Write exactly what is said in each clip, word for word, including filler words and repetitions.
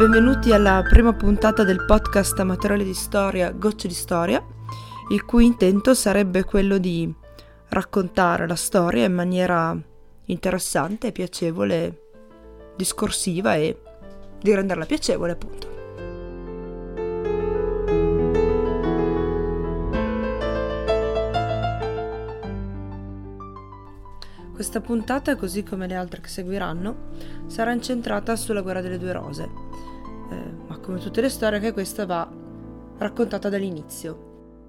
Benvenuti alla prima puntata del podcast amatoriale di storia Gocce di Storia, il cui intento sarebbe quello di raccontare la storia in maniera interessante, piacevole, discorsiva e di renderla piacevole, appunto. Questa puntata, così come le altre che seguiranno, sarà incentrata sulla guerra delle due rose, eh, ma come tutte le storie anche questa va raccontata dall'inizio.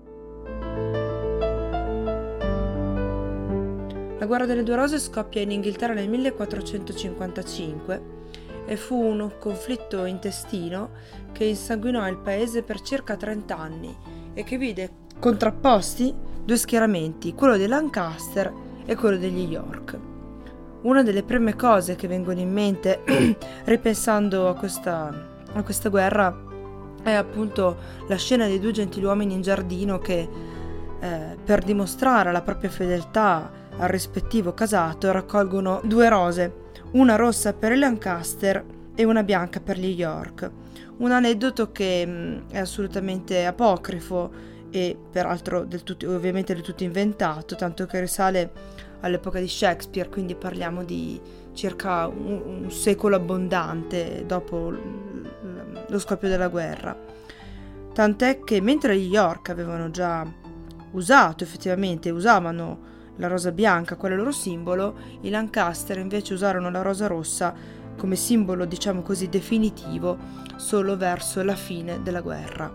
La guerra delle due rose scoppia in Inghilterra nel millequattrocentocinquantacinque e fu un conflitto intestino che insanguinò il paese per circa trenta anni e che vide contrapposti due schieramenti, quello dei Lancaster e quello degli York. Una delle prime cose che vengono in mente ripensando a questa, a questa guerra è appunto la scena dei due gentiluomini in giardino che eh, per dimostrare la propria fedeltà al rispettivo casato raccolgono due rose, una rossa per i Lancaster e una bianca per gli York. Un aneddoto che mh, è assolutamente apocrifo e peraltro del tutto, ovviamente del tutto inventato, tanto che risale all'epoca di Shakespeare, quindi parliamo di circa un, un secolo abbondante dopo l, lo scoppio della guerra. Tant'è che mentre gli York avevano già usato, effettivamente usavano la rosa bianca, quale loro simbolo, i Lancaster invece usarono la rosa rossa come simbolo, diciamo così, definitivo solo verso la fine della guerra.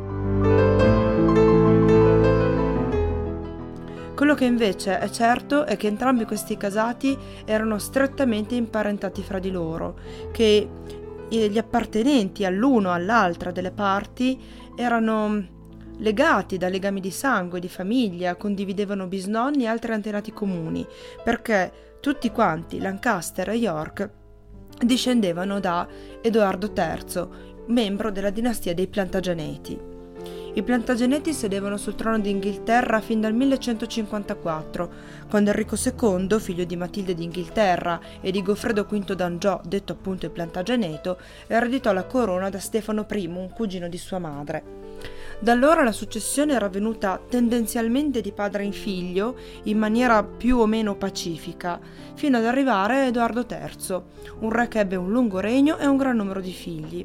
Quello che invece è certo è che entrambi questi casati erano strettamente imparentati fra di loro, che gli appartenenti all'uno o all'altra delle parti erano legati da legami di sangue, di famiglia, condividevano bisnonni e altri antenati comuni, perché tutti quanti, Lancaster e York, discendevano da Edoardo terzo, membro della dinastia dei Plantageneti. I Plantageneti sedevano sul trono d'Inghilterra fin dal millecentocinquantaquattro, quando Enrico secondo, figlio di Matilde d'Inghilterra e di Goffredo quinto d'Angiò, detto appunto il Plantageneto, ereditò la corona da Stefano primo, un cugino di sua madre. Da allora la successione era avvenuta tendenzialmente di padre in figlio, in maniera più o meno pacifica, fino ad arrivare a Edoardo terzo, un re che ebbe un lungo regno e un gran numero di figli.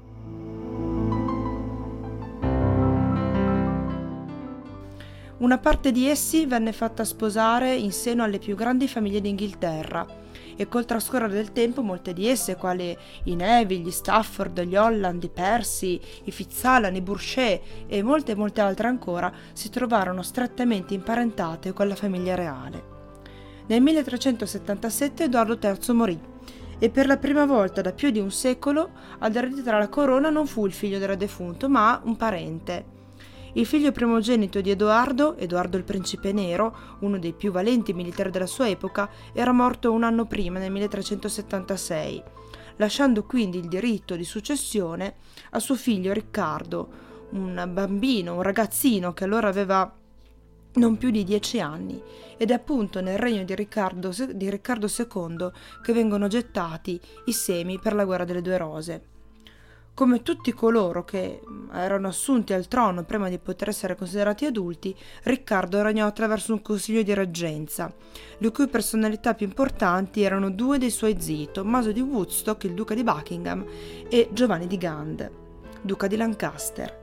Una parte di essi venne fatta sposare in seno alle più grandi famiglie d'Inghilterra e col trascorrere del tempo molte di esse, quali i Neville, gli Stafford, gli Holland, i Percy, i Fitzalan, i Bourchier e molte molte altre ancora, si trovarono strettamente imparentate con la famiglia reale. Nel milletrecentosettantasette Edoardo terzo morì e per la prima volta da più di un secolo ad ereditare la corona non fu il figlio del defunto, ma un parente. Il figlio primogenito di Edoardo, Edoardo il Principe Nero, uno dei più valenti militari della sua epoca, era morto un anno prima, nel milletrecentosettantasei, lasciando quindi il diritto di successione a suo figlio Riccardo, un bambino, un ragazzino che allora aveva non più di dieci anni, ed è appunto nel regno di Riccardo, di Riccardo secondo che vengono gettati i semi per la guerra delle due rose. Come tutti coloro che erano assunti al trono prima di poter essere considerati adulti, Riccardo regnò attraverso un consiglio di reggenza, le cui personalità più importanti erano due dei suoi zii, Tommaso di Woodstock, il duca di Buckingham, e Giovanni di Gand, duca di Lancaster.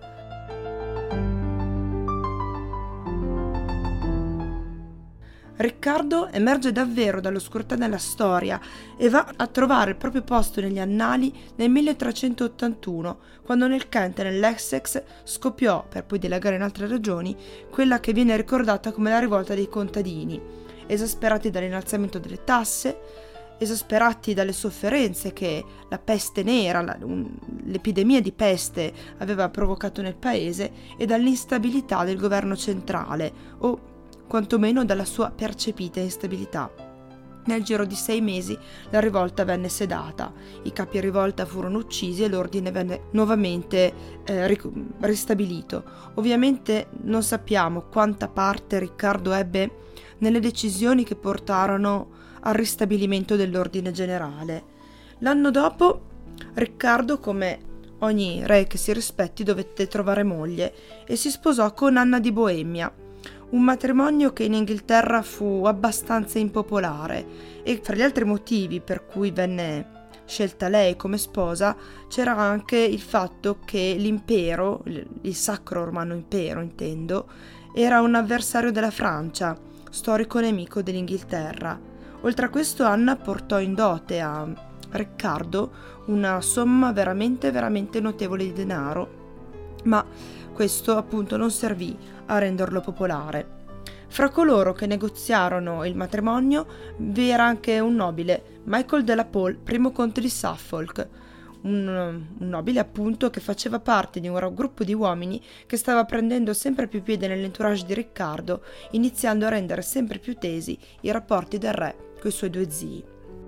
Riccardo emerge davvero dall'oscurità della storia e va a trovare il proprio posto negli annali nel milletrecentottantuno, quando nel Kent e nell'Essex scoppiò, per poi dilagare in altre regioni, quella che viene ricordata come la rivolta dei contadini, esasperati dall'innalzamento delle tasse, esasperati dalle sofferenze che la peste nera, la, un, l'epidemia di peste aveva provocato nel paese e dall'instabilità del governo centrale, o quantomeno dalla sua percepita instabilità. Nel giro di sei mesi la rivolta venne sedata, i capi rivolta furono uccisi e l'ordine venne nuovamente eh, ric- ristabilito. Ovviamente non sappiamo quanta parte Riccardo ebbe nelle decisioni che portarono al ristabilimento dell'ordine generale. L'anno dopo Riccardo, come ogni re che si rispetti, dovette trovare moglie e si sposò con Anna di Boemia, un matrimonio che in Inghilterra fu abbastanza impopolare, e fra gli altri motivi per cui venne scelta lei come sposa c'era anche il fatto che l'impero, il Sacro Romano Impero intendo, era un avversario della Francia, storico nemico dell'Inghilterra. Oltre a questo, Anna portò in dote a Riccardo una somma veramente veramente notevole di denaro, ma questo appunto non servì a renderlo popolare. Fra coloro che negoziarono il matrimonio vi era anche un nobile, Michael de la Pole, primo conte di Suffolk, un, un nobile appunto che faceva parte di un gruppo di uomini che stava prendendo sempre più piede nell'entourage di Riccardo, iniziando a rendere sempre più tesi i rapporti del re coi suoi due zii.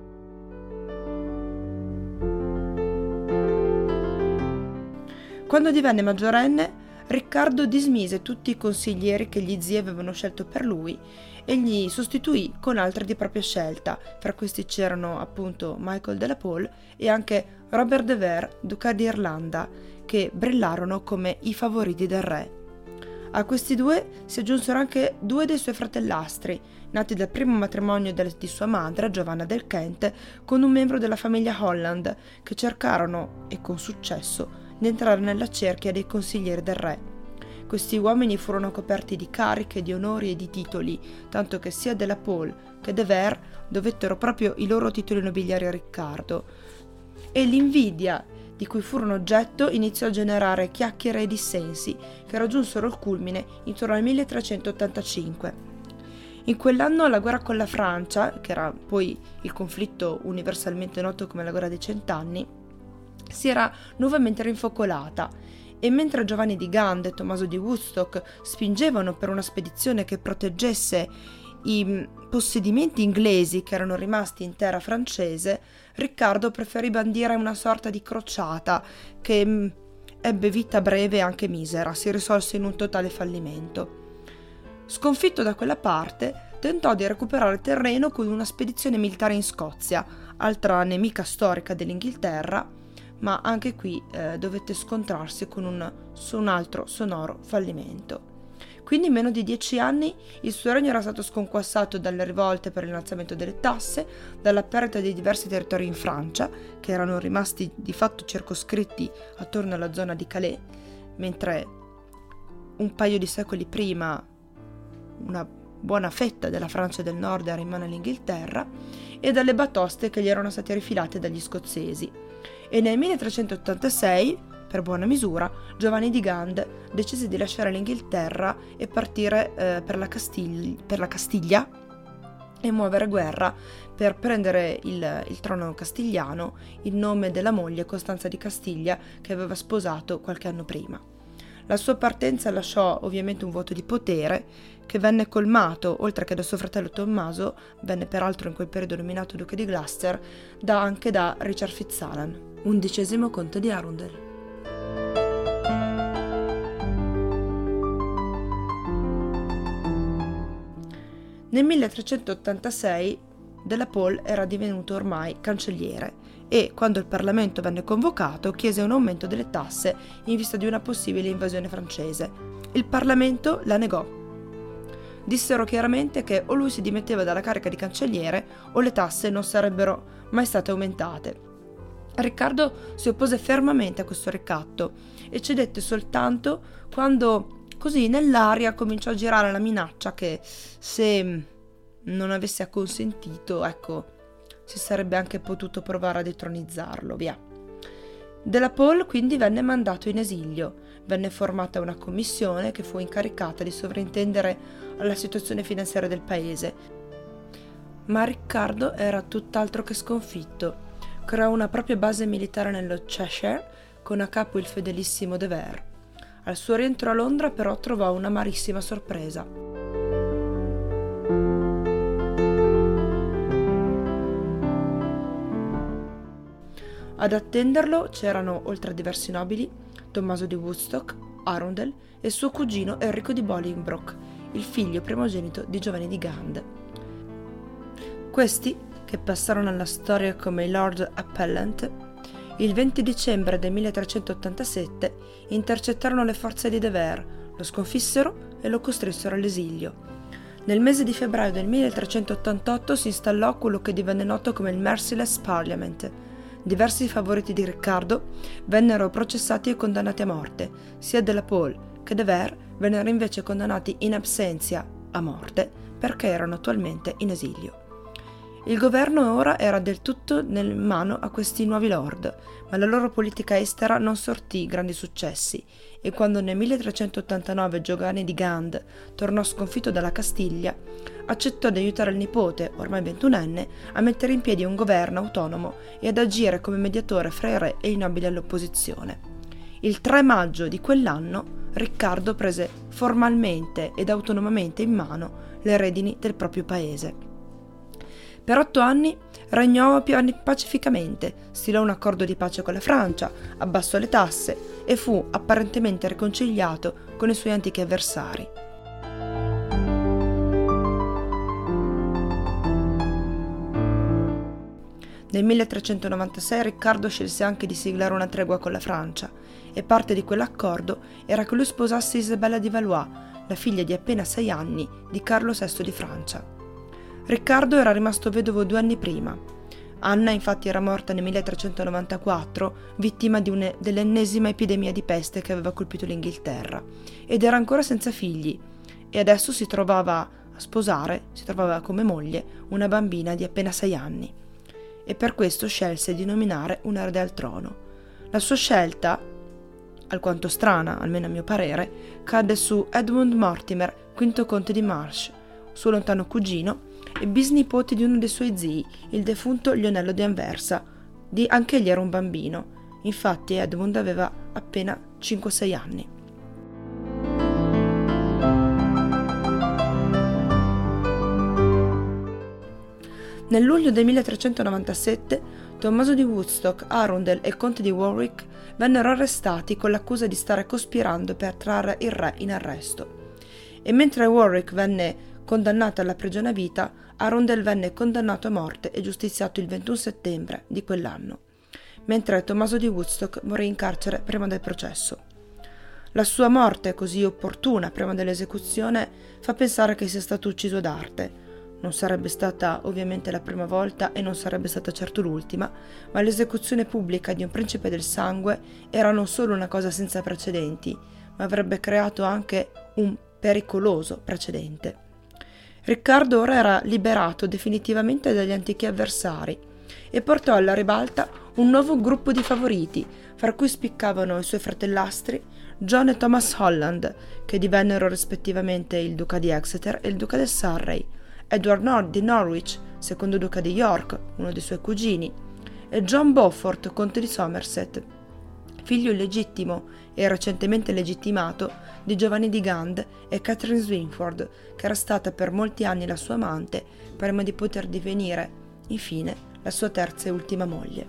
Quando divenne maggiorenne, Riccardo dismise tutti i consiglieri che gli zii avevano scelto per lui e gli sostituì con altri di propria scelta. Fra questi c'erano appunto Michael de la Pole e anche Robert de Vere, duca di Irlanda, che brillarono come i favoriti del re. A questi due si aggiunsero anche due dei suoi fratellastri, nati dal primo matrimonio del, di sua madre, Giovanna del Kent, con un membro della famiglia Holland, che cercarono, e con successo, di entrare nella cerchia dei consiglieri del re. Questi uomini furono coperti di cariche, di onori e di titoli, tanto che sia de la Pole che de Vere dovettero proprio i loro titoli nobiliari a Riccardo. E l'invidia di cui furono oggetto iniziò a generare chiacchiere e dissensi che raggiunsero il culmine intorno al milletrecentottantacinque. In quell'anno la guerra con la Francia, che era poi il conflitto universalmente noto come la guerra dei cent'anni, si era nuovamente rinfocolata, e mentre Giovanni di Gand e Tommaso di Woodstock spingevano per una spedizione che proteggesse i possedimenti inglesi che erano rimasti in terra francese, Riccardo preferì bandire una sorta di crociata che mh, ebbe vita breve e anche misera, si risolse in un totale fallimento. Sconfitto da quella parte, tentò di recuperare terreno con una spedizione militare in Scozia, altra nemica storica dell'Inghilterra, ma anche qui eh, dovette scontrarsi con un, su un altro sonoro fallimento. Quindi in meno di dieci anni il suo regno era stato sconquassato dalle rivolte per l'innalzamento delle tasse, dalla perdita di diversi territori in Francia, che erano rimasti di fatto circoscritti attorno alla zona di Calais, mentre un paio di secoli prima una buona fetta della Francia del Nord era in mano all'Inghilterra, e dalle batoste che gli erano state rifilate dagli scozzesi. E nel milletrecentottantasei, per buona misura, Giovanni di Gand decise di lasciare l'Inghilterra e partire eh, per, la Castiglia, per la Castiglia e muovere guerra per prendere il, il trono castigliano in nome della moglie Costanza di Castiglia, che aveva sposato qualche anno prima. La sua partenza lasciò ovviamente un vuoto di potere che venne colmato, oltre che da suo fratello Tommaso, venne peraltro in quel periodo nominato duca di Gloucester, da, anche da Richard FitzAlan, undicesimo conte di Arundel. Nel milletrecentottantasei de la Pole era divenuto ormai cancelliere e, quando il Parlamento venne convocato, chiese un aumento delle tasse in vista di una possibile invasione francese. Il Parlamento la negò. Dissero chiaramente che o lui si dimetteva dalla carica di cancelliere o le tasse non sarebbero mai state aumentate. Riccardo si oppose fermamente a questo ricatto e cedette soltanto quando, così nell'aria, cominciò a girare la minaccia che, se non avesse acconsentito, ecco, si sarebbe anche potuto provare a detronizzarlo, via. De la Pole quindi venne mandato in esilio. Venne formata una commissione che fu incaricata di sovrintendere alla situazione finanziaria del paese. Ma Riccardo era tutt'altro che sconfitto. Creò una propria base militare nello Cheshire con a capo il fedelissimo de Vere. Al suo rientro a Londra però trovò un'amarissima sorpresa. Ad attenderlo c'erano, oltre a diversi nobili, Tommaso di Woodstock, Arundel e suo cugino Enrico di Bolingbroke, il figlio primogenito di Giovanni di Gand. Questi, che passarono alla storia come i Lord Appellant, Il venti dicembre del milletrecentottantasette intercettarono le forze di De Vere, lo sconfissero e lo costrinsero all'esilio. Nel mese di febbraio del milletrecentottantotto si installò quello che divenne noto come il Merciless Parliament. Diversi favoriti di Riccardo vennero processati e condannati a morte, sia Della Pole che De Vere vennero invece condannati in absentia a morte perché erano attualmente in esilio. Il governo ora era del tutto in mano a questi nuovi lord, ma la loro politica estera non sortì grandi successi e quando nel milletrecentottantanove Giovanni di Gand tornò sconfitto dalla Castiglia, accettò di aiutare il nipote, ormai ventunenne, a mettere in piedi un governo autonomo e ad agire come mediatore fra il re e i nobili all'opposizione. Il tre maggio di quell'anno Riccardo prese formalmente ed autonomamente in mano le redini del proprio paese. Per otto anni regnò pacificamente, stilò un accordo di pace con la Francia, abbassò le tasse e fu apparentemente riconciliato con i suoi antichi avversari. Nel milletrecentonovantasei Riccardo scelse anche di siglare una tregua con la Francia e parte di quell'accordo era che lui sposasse Isabella di Valois, la figlia di appena sei anni di Carlo sesto di Francia. Riccardo era rimasto vedovo due anni prima. Anna infatti era morta nel milletrecentonovantaquattro, vittima di une, dell'ennesima epidemia di peste che aveva colpito l'Inghilterra, ed era ancora senza figli, e adesso si trovava a sposare, si trovava come moglie, una bambina di appena sei anni. E per questo scelse di nominare un erede al trono. La sua scelta, alquanto strana, almeno a mio parere, cadde su Edmund Mortimer, quinto conte di Marche, suo lontano cugino, e bisnipote di uno dei suoi zii, il defunto Lionello di Anversa. Di, anche egli era un bambino, infatti Edmund aveva appena cinque sei anni. Nel luglio del milletrecentonovantasette Tommaso di Woodstock, Arundel e il conte di Warwick vennero arrestati con l'accusa di stare cospirando per trarre il re in arresto. E mentre Warwick venne condannato alla prigione a vita, Arundel venne condannato a morte e giustiziato il ventuno settembre di quell'anno, mentre Tommaso di Woodstock morì in carcere prima del processo. La sua morte, così opportuna prima dell'esecuzione, fa pensare che sia stato ucciso d'arte. Non sarebbe stata ovviamente la prima volta e non sarebbe stata certo l'ultima, ma l'esecuzione pubblica di un principe del sangue era non solo una cosa senza precedenti, ma avrebbe creato anche un pericoloso precedente. Riccardo ora era liberato definitivamente dagli antichi avversari e portò alla ribalta un nuovo gruppo di favoriti, fra cui spiccavano i suoi fratellastri John e Thomas Holland, che divennero rispettivamente il duca di Exeter e il duca del Surrey, Edward Nor- di Norwich, secondo duca di York, uno dei suoi cugini, e John Beaufort, conte di Somerset, figlio illegittimo e recentemente legittimato di Giovanni di Gand e Catherine Swynford, che era stata per molti anni la sua amante prima di poter divenire, infine, la sua terza e ultima moglie.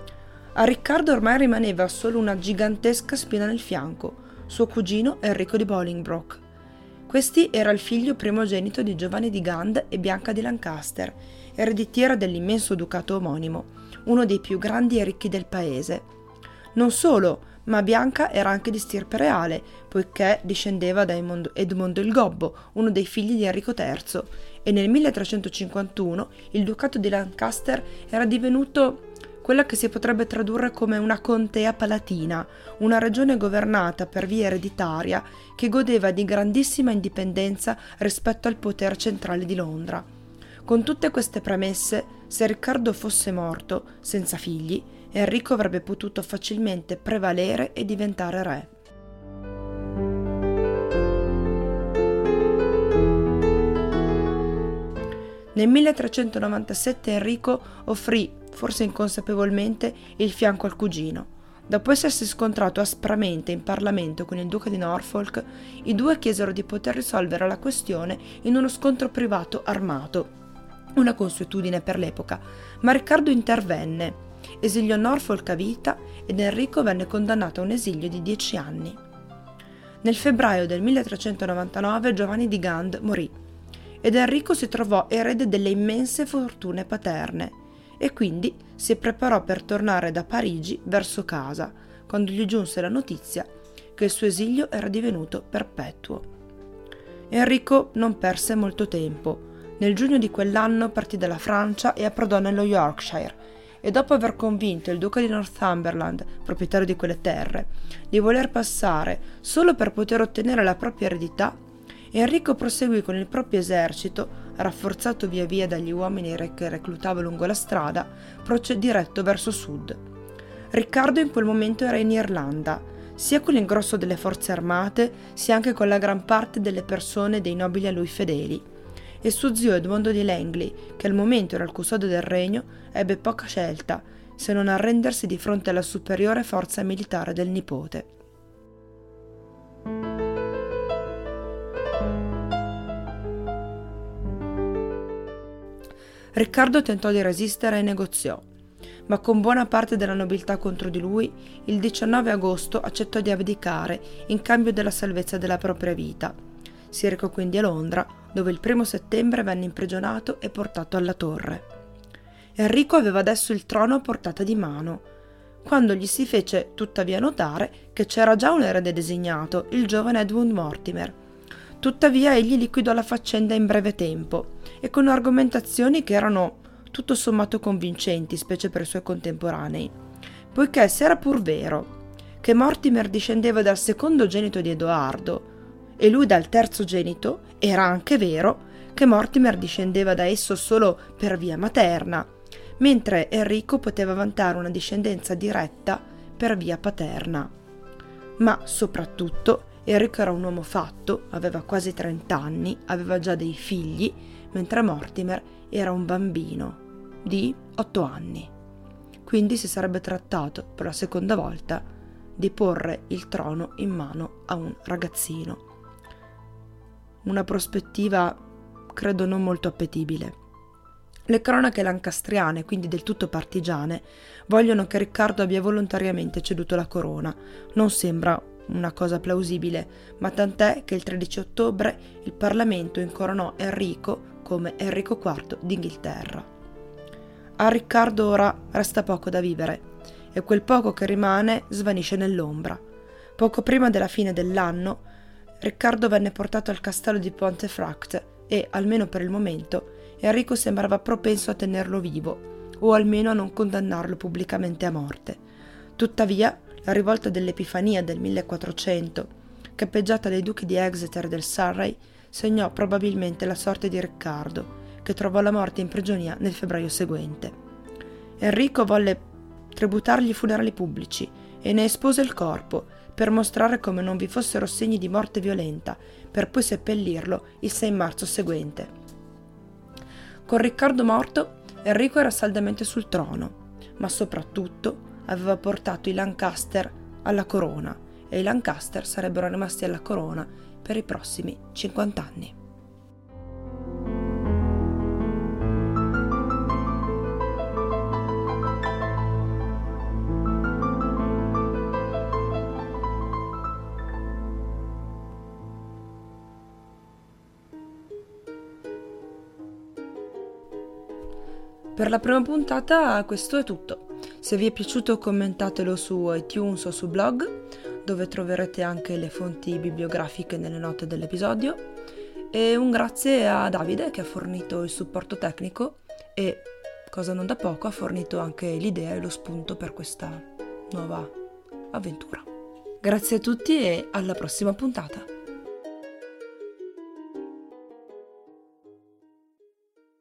A Riccardo ormai rimaneva solo una gigantesca spina nel fianco, suo cugino Enrico di Bolingbroke. Questi era il figlio primogenito di Giovanni di Gand e Bianca di Lancaster, ereditiera dell'immenso ducato omonimo, uno dei più grandi e ricchi del paese. Non solo, ma Bianca era anche di stirpe reale, poiché discendeva da Edmondo il Gobbo, uno dei figli di Enrico terzo, e nel milletrecentocinquantuno il ducato di Lancaster era divenuto quella che si potrebbe tradurre come una contea palatina, una regione governata per via ereditaria che godeva di grandissima indipendenza rispetto al potere centrale di Londra. Con tutte queste premesse, se Riccardo fosse morto, senza figli, Enrico avrebbe potuto facilmente prevalere e diventare re. Nel milletrecentonovantasette Enrico offrì, forse inconsapevolmente, il fianco al cugino. Dopo essersi scontrato aspramente in Parlamento con il duca di Norfolk, i due chiesero di poter risolvere la questione in uno scontro privato armato, una consuetudine per l'epoca, ma Riccardo intervenne, esiliò Norfolk a vita ed Enrico venne condannato a un esilio di dieci anni. Nel febbraio del milletrecentonovantanove Giovanni di Gand morì ed Enrico si trovò erede delle immense fortune paterne e quindi si preparò per tornare da Parigi verso casa, quando gli giunse la notizia che il suo esilio era divenuto perpetuo. Enrico non perse molto tempo. Nel giugno di quell'anno partì dalla Francia e approdò nello Yorkshire, e dopo aver convinto il duca di Northumberland, proprietario di quelle terre, di voler passare solo per poter ottenere la propria eredità, Enrico proseguì con il proprio esercito, rafforzato via via dagli uomini che reclutava lungo la strada, procedì diretto verso sud. Riccardo in quel momento era in Irlanda, sia con l'ingrosso delle forze armate, sia anche con la gran parte delle persone e dei nobili a lui fedeli, e suo zio Edmondo di Langley, che al momento era il custode del regno, ebbe poca scelta, se non arrendersi di fronte alla superiore forza militare del nipote. Riccardo tentò di resistere e negoziò, ma con buona parte della nobiltà contro di lui, il diciannove agosto accettò di abdicare in cambio della salvezza della propria vita. Si recò quindi a Londra, dove il primo settembre venne imprigionato e portato alla torre. Enrico aveva adesso il trono a portata di mano, quando gli si fece tuttavia notare che c'era già un erede designato, il giovane Edmund Mortimer. Tuttavia egli liquidò la faccenda in breve tempo, e con argomentazioni che erano tutto sommato convincenti, specie per i suoi contemporanei, poiché se era pur vero che Mortimer discendeva dal secondogenito di Edoardo e lui dal terzogenito, era anche vero che Mortimer discendeva da esso solo per via materna, mentre Enrico poteva vantare una discendenza diretta per via paterna. Ma soprattutto Enrico era un uomo fatto, aveva quasi trent'anni, aveva già dei figli, mentre Mortimer era un bambino di otto anni. Quindi si sarebbe trattato per la seconda volta di porre il trono in mano a un ragazzino. Una prospettiva credo non molto appetibile. Le cronache lancastriane, quindi del tutto partigiane, vogliono che Riccardo abbia volontariamente ceduto la corona. Non sembra una cosa plausibile, ma tant'è che il tredici ottobre il Parlamento incoronò Enrico come Enrico quarto d'Inghilterra. A Riccardo ora resta poco da vivere, e quel poco che rimane svanisce nell'ombra. Poco prima della fine dell'anno, Riccardo venne portato al castello di Pontefract e, almeno per il momento, Enrico sembrava propenso a tenerlo vivo, o almeno a non condannarlo pubblicamente a morte. Tuttavia, la rivolta dell'Epifania del millequattrocento, cappeggiata dai duchi di Exeter e del Surrey, segnò probabilmente la sorte di Riccardo, che trovò la morte in prigionia nel febbraio seguente. Enrico volle tributargli i funerali pubblici e ne espose il corpo, per mostrare come non vi fossero segni di morte violenta, per poi seppellirlo il sei marzo seguente. Con Riccardo morto, Enrico era saldamente sul trono, ma soprattutto aveva portato i Lancaster alla corona, e i Lancaster sarebbero rimasti alla corona per i prossimi cinquanta anni. Per la prima puntata questo è tutto. Se vi è piaciuto commentatelo su iTunes o su blog, dove troverete anche le fonti bibliografiche nelle note dell'episodio. E un grazie a Davide che ha fornito il supporto tecnico e, cosa non da poco, ha fornito anche l'idea e lo spunto per questa nuova avventura. Grazie a tutti e alla prossima puntata.